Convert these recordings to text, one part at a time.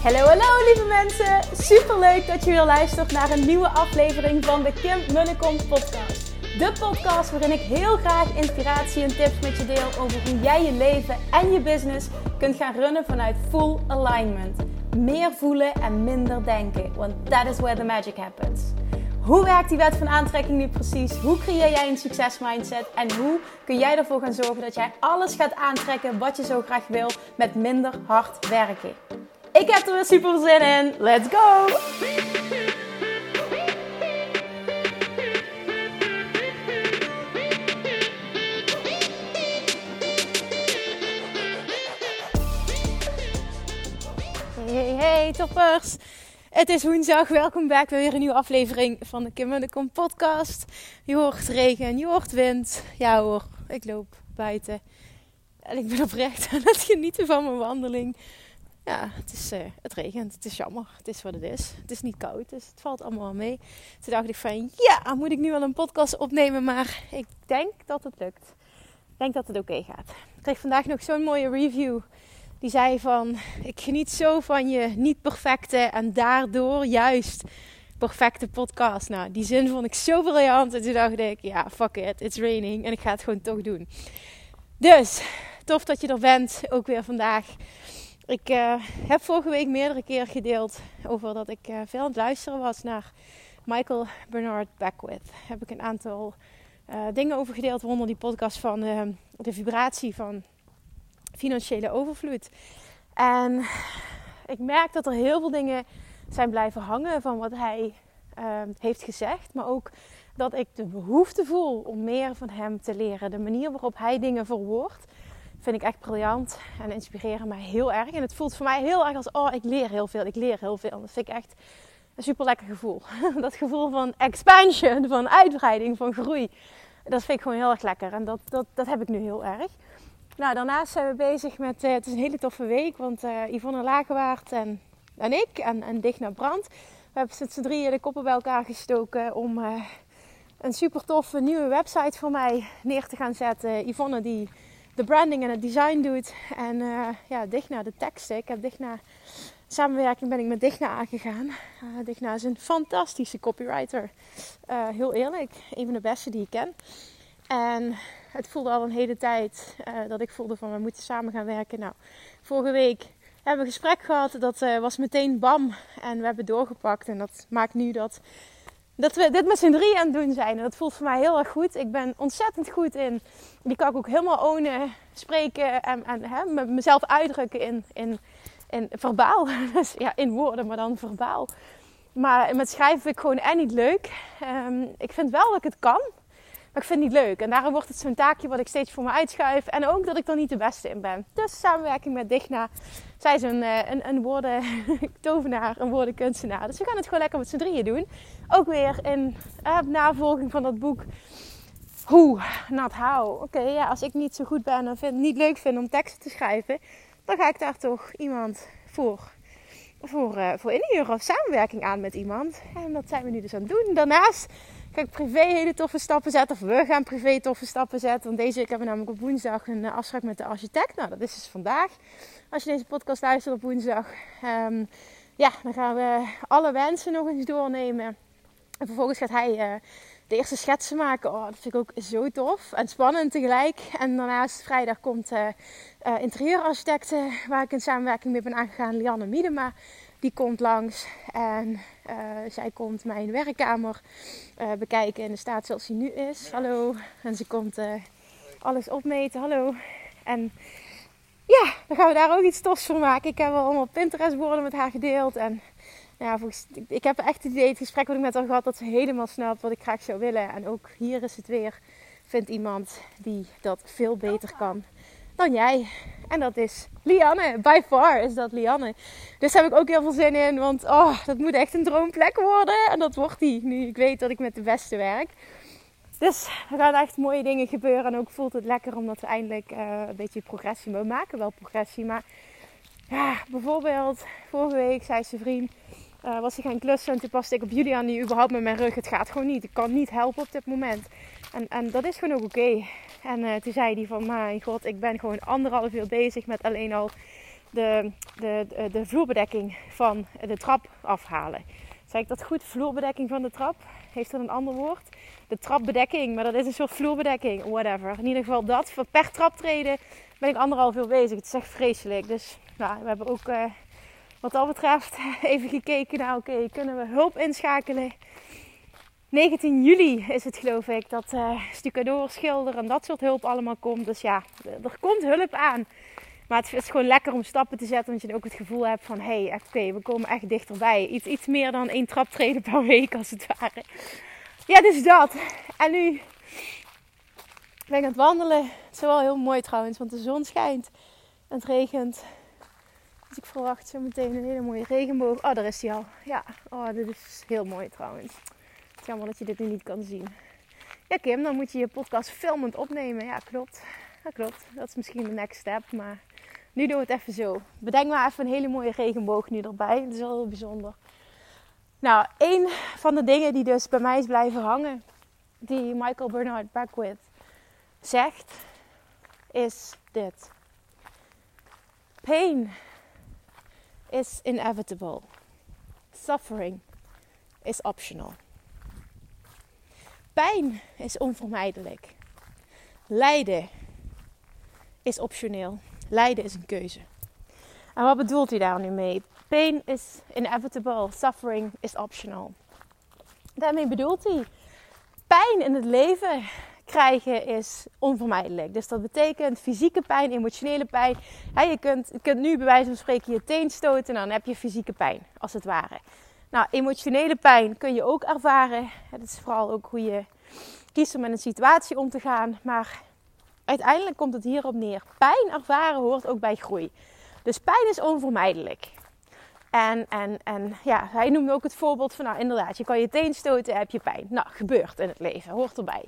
Hallo lieve mensen, superleuk dat je weer luistert naar een nieuwe aflevering van de Kim Munnekom podcast. De podcast waarin ik heel graag inspiratie en tips met je deel over hoe jij je leven en je business kunt gaan runnen vanuit full alignment. Meer voelen en minder denken, want that is where the magic happens. Hoe werkt die wet van aantrekking nu precies? Hoe creëer jij een succesmindset? En hoe kun jij ervoor gaan zorgen dat jij alles gaat aantrekken wat je zo graag wil met minder hard werken? Ik heb er weer super zin in. Let's go! Hey toppers! Het is woensdag, welkom back bij weer een nieuwe aflevering van de Kim Munnekom podcast. Je hoort regen, je hoort wind. Ja hoor, ik loop buiten en ik ben oprecht aan het genieten van mijn wandeling. Ja, het regent, het is jammer, het is wat het is. Het is niet koud, dus het valt allemaal wel mee. Toen dacht ik van, ja, moet ik nu wel een podcast opnemen, maar ik denk dat het lukt. Ik denk dat het oké gaat. Ik kreeg vandaag nog zo'n mooie review. Die zei van, ik geniet zo van je niet perfecte en daardoor juist perfecte podcast. Nou, die zin vond ik zo briljant. En toen dacht ik, ja, fuck it, it's raining. En ik ga het gewoon toch doen. Dus, tof dat je er bent, ook weer vandaag. Ik heb vorige week meerdere keer gedeeld over dat ik veel aan het luisteren was naar Michael Bernard Beckwith. Daar heb ik een aantal dingen over gedeeld, waaronder die podcast van de vibratie van financiële overvloed. En ik merk dat er heel veel dingen zijn blijven hangen van wat hij heeft gezegd. Maar ook dat ik de behoefte voel om meer van hem te leren. De manier waarop hij dingen verwoordt vind ik echt briljant en inspireren mij heel erg. En het voelt voor mij heel erg als, oh, ik leer heel veel. Dat vind ik echt een super lekker gevoel. Dat gevoel van expansion, van uitbreiding, van groei. Dat vind ik gewoon heel erg lekker. En dat heb ik nu heel erg. Nou, daarnaast zijn we bezig met, het is een hele toffe week, want Yvonne Lagewaard en ik en Digna Brandt, we hebben z'n drieën de koppen bij elkaar gestoken om een super toffe nieuwe website voor mij neer te gaan zetten. Yvonne die de branding en het design doet en Digna de teksten. Ik heb Digna, samenwerking ben ik met Digna aangegaan. Digna is een fantastische copywriter. Heel eerlijk, een van de beste die ik ken. En het voelde al een hele tijd dat ik voelde van we moeten samen gaan werken. Nou, vorige week hebben we een gesprek gehad. Dat was meteen bam. En we hebben doorgepakt. En dat maakt nu dat we dit met z'n drieën aan het doen zijn. En dat voelt voor mij heel erg goed. Ik ben ontzettend goed in. Die kan ik ook helemaal ownen, spreken en mezelf uitdrukken in verbaal. Dus ja, in woorden, maar dan verbaal. Maar met schrijven vind ik gewoon niet leuk. Ik vind wel dat ik het kan. Maar ik vind het niet leuk. En daarom wordt het zo'n taakje wat ik steeds voor me uitschuif. En ook dat ik er niet de beste in ben. Dus samenwerking met Digna. Zij is een woorden tovenaar, een woordenkunstenaar. Dus we gaan het gewoon lekker met z'n drieën doen. Ook weer in navolging van dat boek. Hoe, not how. Oké, ja, als ik niet zo goed ben en niet leuk vind om teksten te schrijven. Dan ga ik daar toch iemand voor inhuren of samenwerking aan met iemand. En dat zijn we nu dus aan het doen. Daarnaast ga ik privé hele toffe stappen zetten. Of we gaan privé toffe stappen zetten. Want deze week hebben we namelijk op woensdag een afspraak met de architect. Nou, dat is dus vandaag. Als je deze podcast luistert op woensdag. Dan gaan we alle wensen nog eens doornemen. En vervolgens gaat hij de eerste schetsen maken. Oh, dat vind ik ook zo tof. En spannend tegelijk. En daarnaast vrijdag komt interieurarchitecte waar ik in samenwerking mee ben aangegaan. Lianne Miedema. Die komt langs. En zij komt mijn werkkamer bekijken in de staat zoals die nu is. Hallo. En ze komt alles opmeten. Hallo. En ja, dan gaan we daar ook iets tofs voor maken. Ik heb al allemaal Pinterest-borden met haar gedeeld. En ja, ik heb echt het idee, het gesprek wat ik met haar gehad, dat ze helemaal snapt wat ik graag zou willen. En ook hier is het weer, vindt iemand die dat veel beter kan dan jij. En dat is Lianne. By far is dat Lianne. Dus daar heb ik ook heel veel zin in. Want dat moet echt een droomplek worden. En dat wordt die. Nu ik weet dat ik met de beste werk. Dus er gaan echt mooie dingen gebeuren. En ook voelt het lekker omdat we eindelijk een beetje progressie. We maken wel progressie. Maar ja, bijvoorbeeld vorige week zei zijn vriend. Was hij gaan klussen. En toen paste ik op Julian die überhaupt met mijn rug. Het gaat gewoon niet. Ik kan niet helpen op dit moment. En dat is gewoon ook oké. En toen zei hij van, mijn god, ik ben gewoon 1,5 uur bezig met alleen al de vloerbedekking van de trap afhalen. Zeg ik dat goed? Vloerbedekking van de trap? Heeft dat een ander woord? De trapbedekking, maar dat is een soort vloerbedekking. Whatever. In ieder geval dat. Per traptreden ben ik 1,5 uur bezig. Het is echt vreselijk. Dus nou, we hebben ook wat dat betreft even gekeken naar oké, kunnen we hulp inschakelen? 19 juli is het geloof ik dat stucadoor, schilder en dat soort hulp allemaal komt. Dus ja, er komt hulp aan. Maar het is gewoon lekker om stappen te zetten. Want je ook het gevoel hebt van oké, we komen echt dichterbij. Iets meer dan 1 traptreden per week als het ware. Ja, dus dat. En nu ben ik aan het wandelen. Het is wel heel mooi trouwens, want de zon schijnt. En het regent. Dus ik verwacht zo meteen een hele mooie regenboog. Oh, daar is hij al. Ja, dit is heel mooi trouwens. Het is jammer dat je dit nu niet kan zien. Ja, Kim, dan moet je je podcast filmend opnemen. Ja, klopt. Dat klopt. Dat is misschien de next step, maar nu doen we het even zo. Bedenk maar even een hele mooie regenboog nu erbij. Dat is wel heel bijzonder. Nou, een van de dingen die dus bij mij is blijven hangen, die Michael Bernard Beckwith zegt, is dit. Pain is inevitable. Suffering is optional. Pijn is onvermijdelijk. Lijden is optioneel. Lijden is een keuze. En wat bedoelt hij daar nu mee? Pain is inevitable. Suffering is optional. Daarmee bedoelt hij, pijn in het leven krijgen is onvermijdelijk. Dus dat betekent fysieke pijn, emotionele pijn. Ja, je kunt nu bij wijze van spreken je teen stoten en dan heb je fysieke pijn, als het ware. Nou, emotionele pijn kun je ook ervaren. Het is vooral ook hoe je kiest om met een situatie om te gaan. Maar uiteindelijk komt het hierop neer. Pijn ervaren hoort ook bij groei. Dus pijn is onvermijdelijk. En ja, hij noemde ook het voorbeeld van, nou inderdaad, je kan je teen stoten, heb je pijn. Nou, gebeurt in het leven, hoort erbij.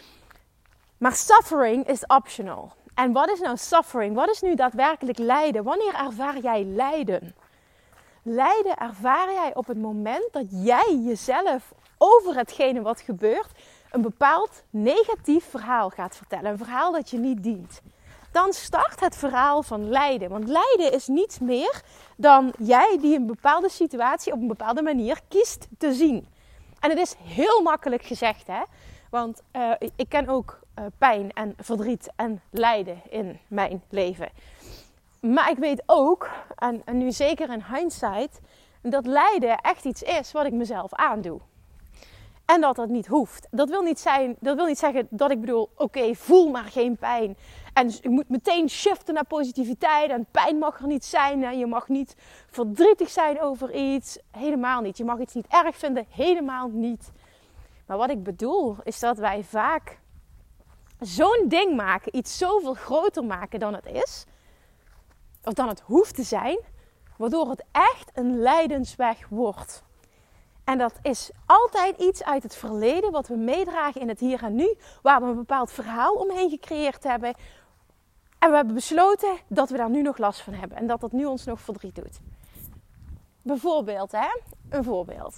Maar suffering is optional. En wat is nou suffering? Wat is nu daadwerkelijk lijden? Wanneer ervaar jij lijden? Lijden ervaar jij op het moment dat jij jezelf over hetgene wat gebeurt een bepaald negatief verhaal gaat vertellen. Een verhaal dat je niet dient. Dan start het verhaal van lijden. Want lijden is niets meer dan jij die een bepaalde situatie op een bepaalde manier kiest te zien. En het is heel makkelijk gezegd, hè. Want ik ken ook pijn en verdriet en lijden in mijn leven. Maar ik weet ook, en nu zeker in hindsight, dat lijden echt iets is wat ik mezelf aandoe. En dat dat niet hoeft. Dat wil niet zeggen dat ik bedoel, oké, voel maar geen pijn. En je moet meteen shiften naar positiviteit. En pijn mag er niet zijn. En je mag niet verdrietig zijn over iets. Helemaal niet. Je mag iets niet erg vinden. Helemaal niet. Maar wat ik bedoel is dat wij vaak zo'n ding maken. Iets zoveel groter maken dan het is. Of dan het hoeft te zijn. Waardoor het echt een lijdensweg wordt. En dat is altijd iets uit het verleden wat we meedragen in het hier en nu. Waar we een bepaald verhaal omheen gecreëerd hebben. En we hebben besloten dat we daar nu nog last van hebben. En dat dat nu ons nog verdriet doet. Bijvoorbeeld, een voorbeeld.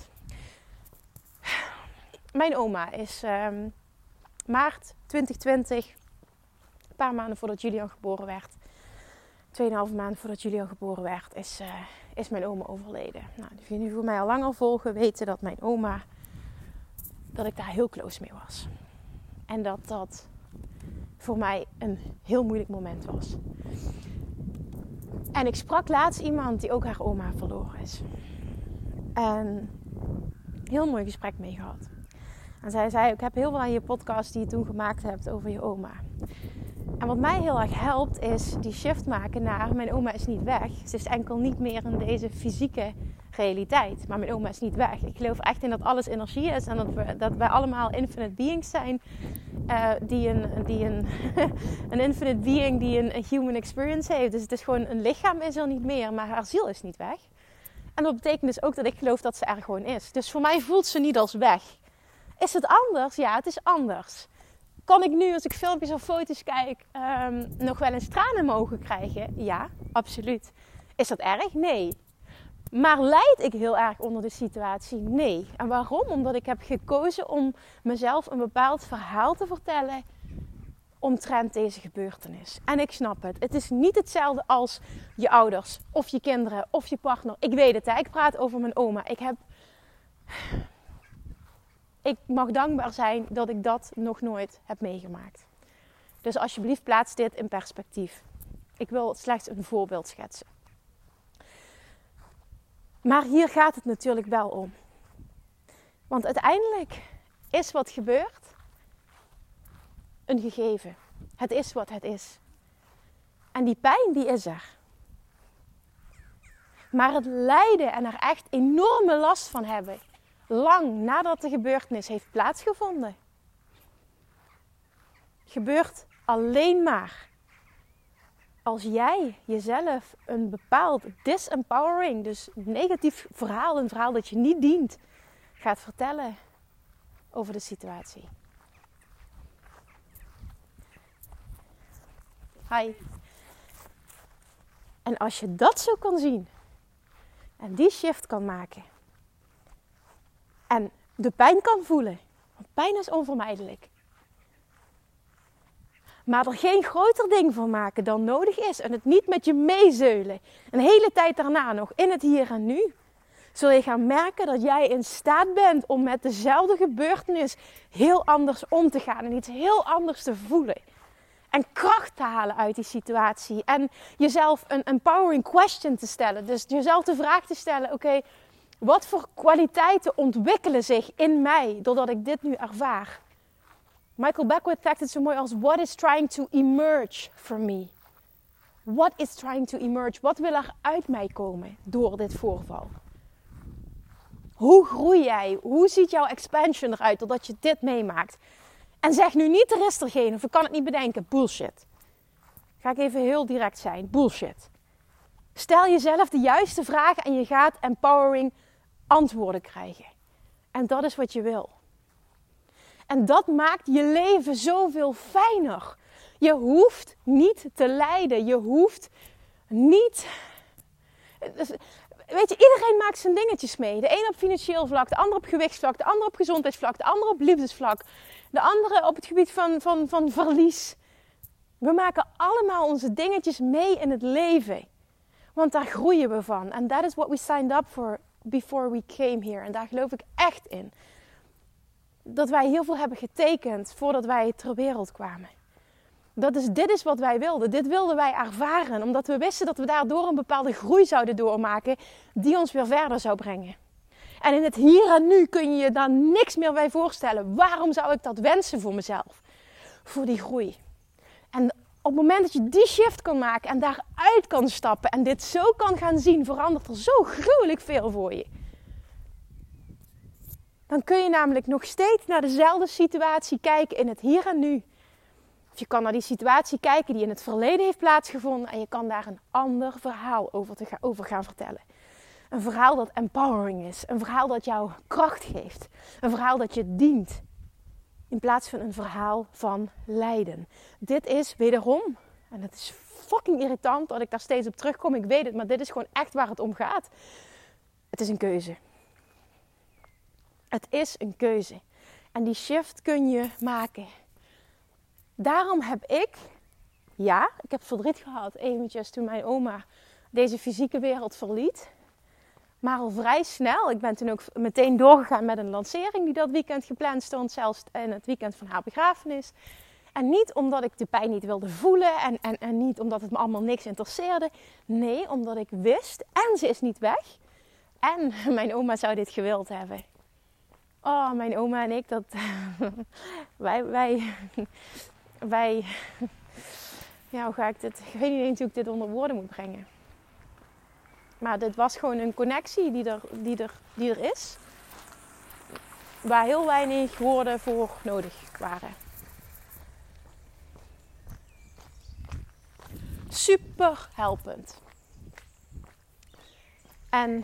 Mijn oma is maart 2020, een paar maanden voordat Julian geboren werd. 2,5 maanden voordat Julian geboren werd, is mijn oma overleden. Nou, die nu voor mij al langer volgen, weten dat mijn oma, dat ik daar heel close mee was. En dat voor mij een heel moeilijk moment was. En ik sprak laatst iemand die ook haar oma verloren is. En een heel mooi gesprek mee gehad. En zij zei, ik heb heel veel aan je podcast die je toen gemaakt hebt over je oma. En wat mij heel erg helpt is die shift maken naar mijn oma is niet weg. Ze is enkel niet meer in deze fysieke realiteit. Maar mijn oma is niet weg. Ik geloof echt in dat alles energie is. En dat wij allemaal infinite beings zijn. Die een infinite being die een human experience heeft. Dus het is gewoon een lichaam is er niet meer. Maar haar ziel is niet weg. En dat betekent dus ook dat ik geloof dat ze er gewoon is. Dus voor mij voelt ze niet als weg. Is het anders? Ja, het is anders. Kan ik nu, als ik filmpjes of foto's kijk, nog wel eens tranen in mijn ogen krijgen? Ja, absoluut. Is dat erg? Nee. Maar lijd ik heel erg onder de situatie? Nee. En waarom? Omdat ik heb gekozen om mezelf een bepaald verhaal te vertellen. omtrent deze gebeurtenis. En ik snap het. Het is niet hetzelfde als je ouders of je kinderen of je partner. Ik weet het, hè. Ik praat over mijn oma. Ik mag dankbaar zijn dat ik dat nog nooit heb meegemaakt. Dus alsjeblieft plaats dit in perspectief. Ik wil slechts een voorbeeld schetsen. Maar hier gaat het natuurlijk wel om. Want uiteindelijk is wat gebeurt een gegeven. Het is wat het is. En die pijn die is er. Maar het lijden en er echt enorme last van hebben, lang nadat de gebeurtenis heeft plaatsgevonden, gebeurt alleen maar als jij jezelf een bepaald disempowering, dus negatief verhaal, een verhaal dat je niet dient, gaat vertellen over de situatie. Hi. En als je dat zo kan zien en die shift kan maken en de pijn kan voelen, want pijn is onvermijdelijk, maar er geen groter ding van maken dan nodig is en het niet met je meezeulen, een hele tijd daarna nog in het hier en nu, zul je gaan merken dat jij in staat bent om met dezelfde gebeurtenis heel anders om te gaan en iets heel anders te voelen. En kracht te halen uit die situatie. En jezelf een empowering question te stellen. Dus jezelf de vraag te stellen, oké, wat voor kwaliteiten ontwikkelen zich in mij doordat ik dit nu ervaar? Michael Beckwith zegt het zo mooi als, what is trying to emerge from me? What is trying to emerge? Wat wil er uit mij komen door dit voorval? Hoe groei jij? Hoe ziet jouw expansion eruit doordat je dit meemaakt? En zeg nu niet, er is er geen, of ik kan het niet bedenken. Bullshit. Ga ik even heel direct zijn. Bullshit. Stel jezelf de juiste vragen en je gaat empowering antwoorden krijgen. En dat is wat je wil. En dat maakt je leven zoveel fijner. Je hoeft niet te lijden. Je hoeft niet... Weet je, iedereen maakt zijn dingetjes mee. De een op financieel vlak, de ander op gewichtsvlak, de ander op gezondheidsvlak, de ander op liefdesvlak, de andere op het gebied van verlies. We maken allemaal onze dingetjes mee in het leven. Want daar groeien we van. And that is what we signed up for before we came here. En daar geloof ik echt in. Dat wij heel veel hebben getekend voordat wij ter wereld kwamen. Dit is wat wij wilden. Dit wilden wij ervaren. Omdat we wisten dat we daardoor een bepaalde groei zouden doormaken. Die ons weer verder zou brengen. En in het hier en nu kun je je daar niks meer bij voorstellen. Waarom zou ik dat wensen voor mezelf? Voor die groei. En op het moment dat je die shift kan maken en daaruit kan stappen. En dit zo kan gaan zien, verandert er zo gruwelijk veel voor je. Dan kun je namelijk nog steeds naar dezelfde situatie kijken in het hier en nu. Of je kan naar die situatie kijken die in het verleden heeft plaatsgevonden. En je kan daar een ander verhaal over gaan vertellen. Een verhaal dat empowering is. Een verhaal dat jou kracht geeft. Een verhaal dat je dient. In plaats van een verhaal van lijden. Dit is wederom, en het is fucking irritant dat ik daar steeds op terugkom. Ik weet het, maar dit is gewoon echt waar het om gaat. Het is een keuze. Het is een keuze. En die shift kun je maken. Daarom heb ik verdriet gehad eventjes toen mijn oma deze fysieke wereld verliet. Maar al vrij snel, ik ben toen ook meteen doorgegaan met een lancering die dat weekend gepland stond. Zelfs in het weekend van haar begrafenis. En niet omdat ik de pijn niet wilde voelen en niet omdat het me allemaal niks interesseerde. Nee, omdat ik wist, en ze is niet weg. En mijn oma zou dit gewild hebben. Oh, mijn oma en ik, wij, ja, hoe ga ik dit? Ik weet niet eens hoe ik dit onder woorden moet brengen. Maar dit was gewoon een connectie die er is. Waar heel weinig woorden voor nodig waren. Super helpend. En,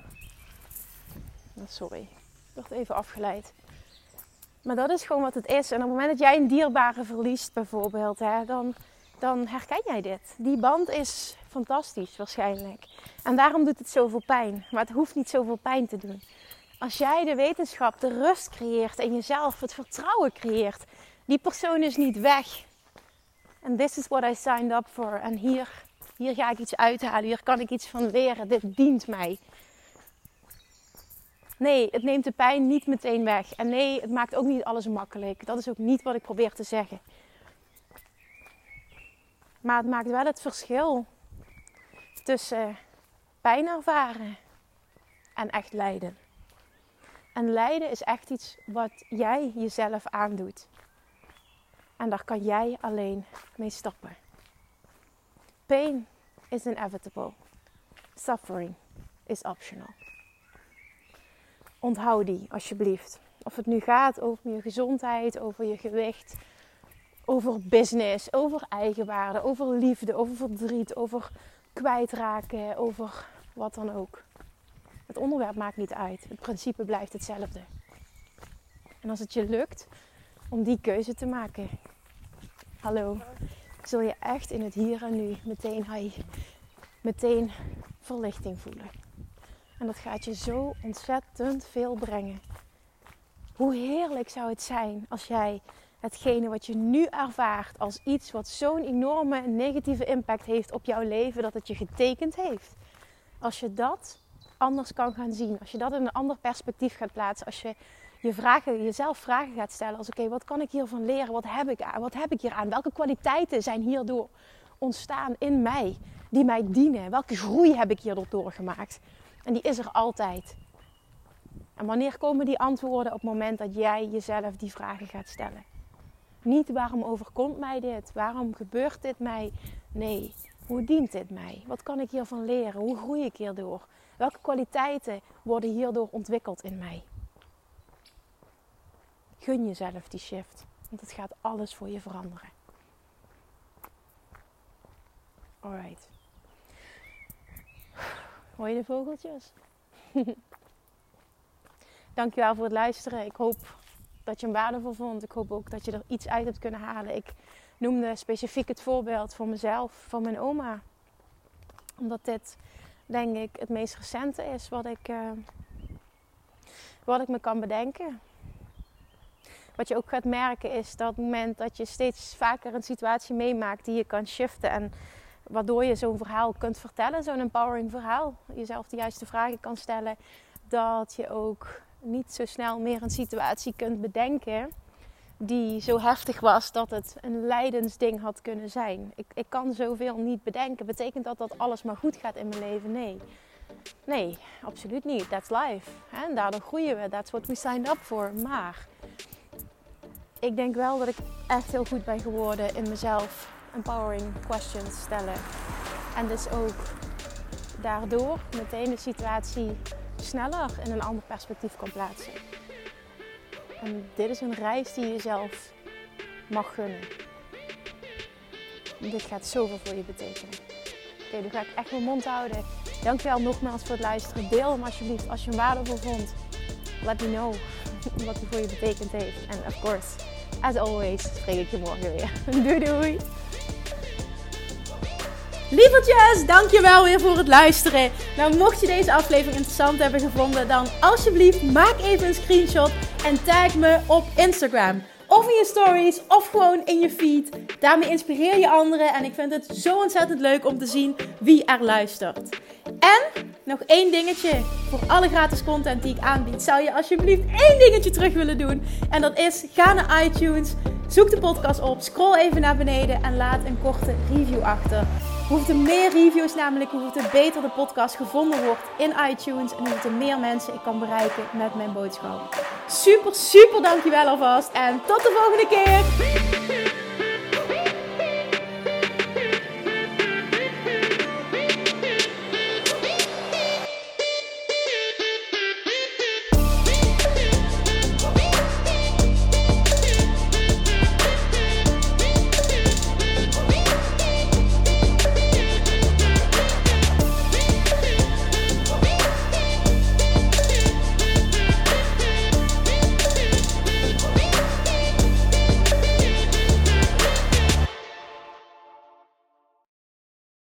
sorry, ik werd even afgeleid. Maar dat is gewoon wat het is. En op het moment dat jij een dierbare verliest bijvoorbeeld, dan herken jij dit. Die band is fantastisch waarschijnlijk. En daarom doet het zoveel pijn. Maar het hoeft niet zoveel pijn te doen. Als jij de wetenschap, de rust creëert en jezelf het vertrouwen creëert. Die persoon is niet weg. En this is what I signed up for. En hier ga ik iets uithalen. Hier kan ik iets van leren. Dit dient mij. Nee, het neemt de pijn niet meteen weg. En nee, het maakt ook niet alles makkelijk. Dat is ook niet wat ik probeer te zeggen. Maar het maakt wel het verschil tussen pijn ervaren en echt lijden. En lijden is echt iets wat jij jezelf aandoet. En daar kan jij alleen mee stappen. Pain is inevitable. Suffering is optional. Onthoud die alsjeblieft. Of het nu gaat over je gezondheid, over je gewicht, over business, over eigenwaarde, over liefde, over verdriet, over kwijtraken, over wat dan ook. Het onderwerp maakt niet uit. Het principe blijft hetzelfde. En als het je lukt om die keuze te maken, hallo, zul je echt in het hier en nu meteen verlichting voelen. En dat gaat je zo ontzettend veel brengen. Hoe heerlijk zou het zijn als jij hetgene wat je nu ervaart als iets wat zo'n enorme negatieve impact heeft op jouw leven, dat het je getekend heeft. Als je dat anders kan gaan zien, als je dat in een ander perspectief gaat plaatsen, als je jezelf vragen gaat stellen als oké, wat kan ik hiervan leren? Wat heb ik hier aan? Welke kwaliteiten zijn hierdoor ontstaan in mij, die mij dienen? Welke groei heb ik hierdoor doorgemaakt? En die is er altijd. En wanneer komen die antwoorden? Op het moment dat jij jezelf die vragen gaat stellen. Niet waarom overkomt mij dit? Waarom gebeurt dit mij? Nee, hoe dient dit mij? Wat kan ik hiervan leren? Hoe groei ik hierdoor? Welke kwaliteiten worden hierdoor ontwikkeld in mij? Gun jezelf die shift. Want het gaat alles voor je veranderen. Alright. Hoor je de vogeltjes? Dankjewel voor het luisteren. Ik hoop dat je hem waardevol vond. Ik hoop ook dat je er iets uit hebt kunnen halen. Ik noemde specifiek het voorbeeld van mezelf, van mijn oma. Omdat dit, denk ik, het meest recente is wat ik me kan bedenken. Wat je ook gaat merken is dat op het moment dat je steeds vaker een situatie meemaakt die je kan shiften. En waardoor je zo'n verhaal kunt vertellen, zo'n empowering verhaal. Jezelf de juiste vragen kan stellen. Dat je ook niet zo snel meer een situatie kunt bedenken die zo heftig was dat het een lijdensding had kunnen zijn. Ik kan zoveel niet bedenken. Betekent dat alles maar goed gaat in mijn leven? Nee, absoluut niet. That's life. En daardoor groeien we. That's what we signed up for. Maar ik denk wel dat ik echt heel goed ben geworden in mezelf empowering questions stellen. En dus ook daardoor meteen de situatie sneller in een ander perspectief kan plaatsen. En dit is een reis die je jezelf mag gunnen. Dit gaat zoveel voor je betekenen. Oké, nu ga ik echt mijn mond houden. Dankjewel nogmaals voor het luisteren. Deel hem alsjeblieft als je hem waardevol vond. Let me know wat hij voor je betekend heeft. En of course, as always, spreek ik je morgen weer. Doei doei! Lievertjes, dankjewel weer voor het luisteren. Nou, mocht je deze aflevering interessant hebben gevonden, dan alsjeblieft maak even een screenshot en tag me op Instagram. Of in je stories, of gewoon in je feed. Daarmee inspireer je anderen en ik vind het zo ontzettend leuk om te zien wie er luistert. En nog één dingetje. Voor alle gratis content die ik aanbied, zou je alsjeblieft één dingetje terug willen doen. En dat is, ga naar iTunes, zoek de podcast op, scroll even naar beneden en laat een korte review achter. Hoeveel meer reviews namelijk, hoeveel beter de podcast gevonden wordt in iTunes. En hoeveel meer mensen ik kan bereiken met mijn boodschap. Super, super dankjewel alvast. En tot de volgende keer.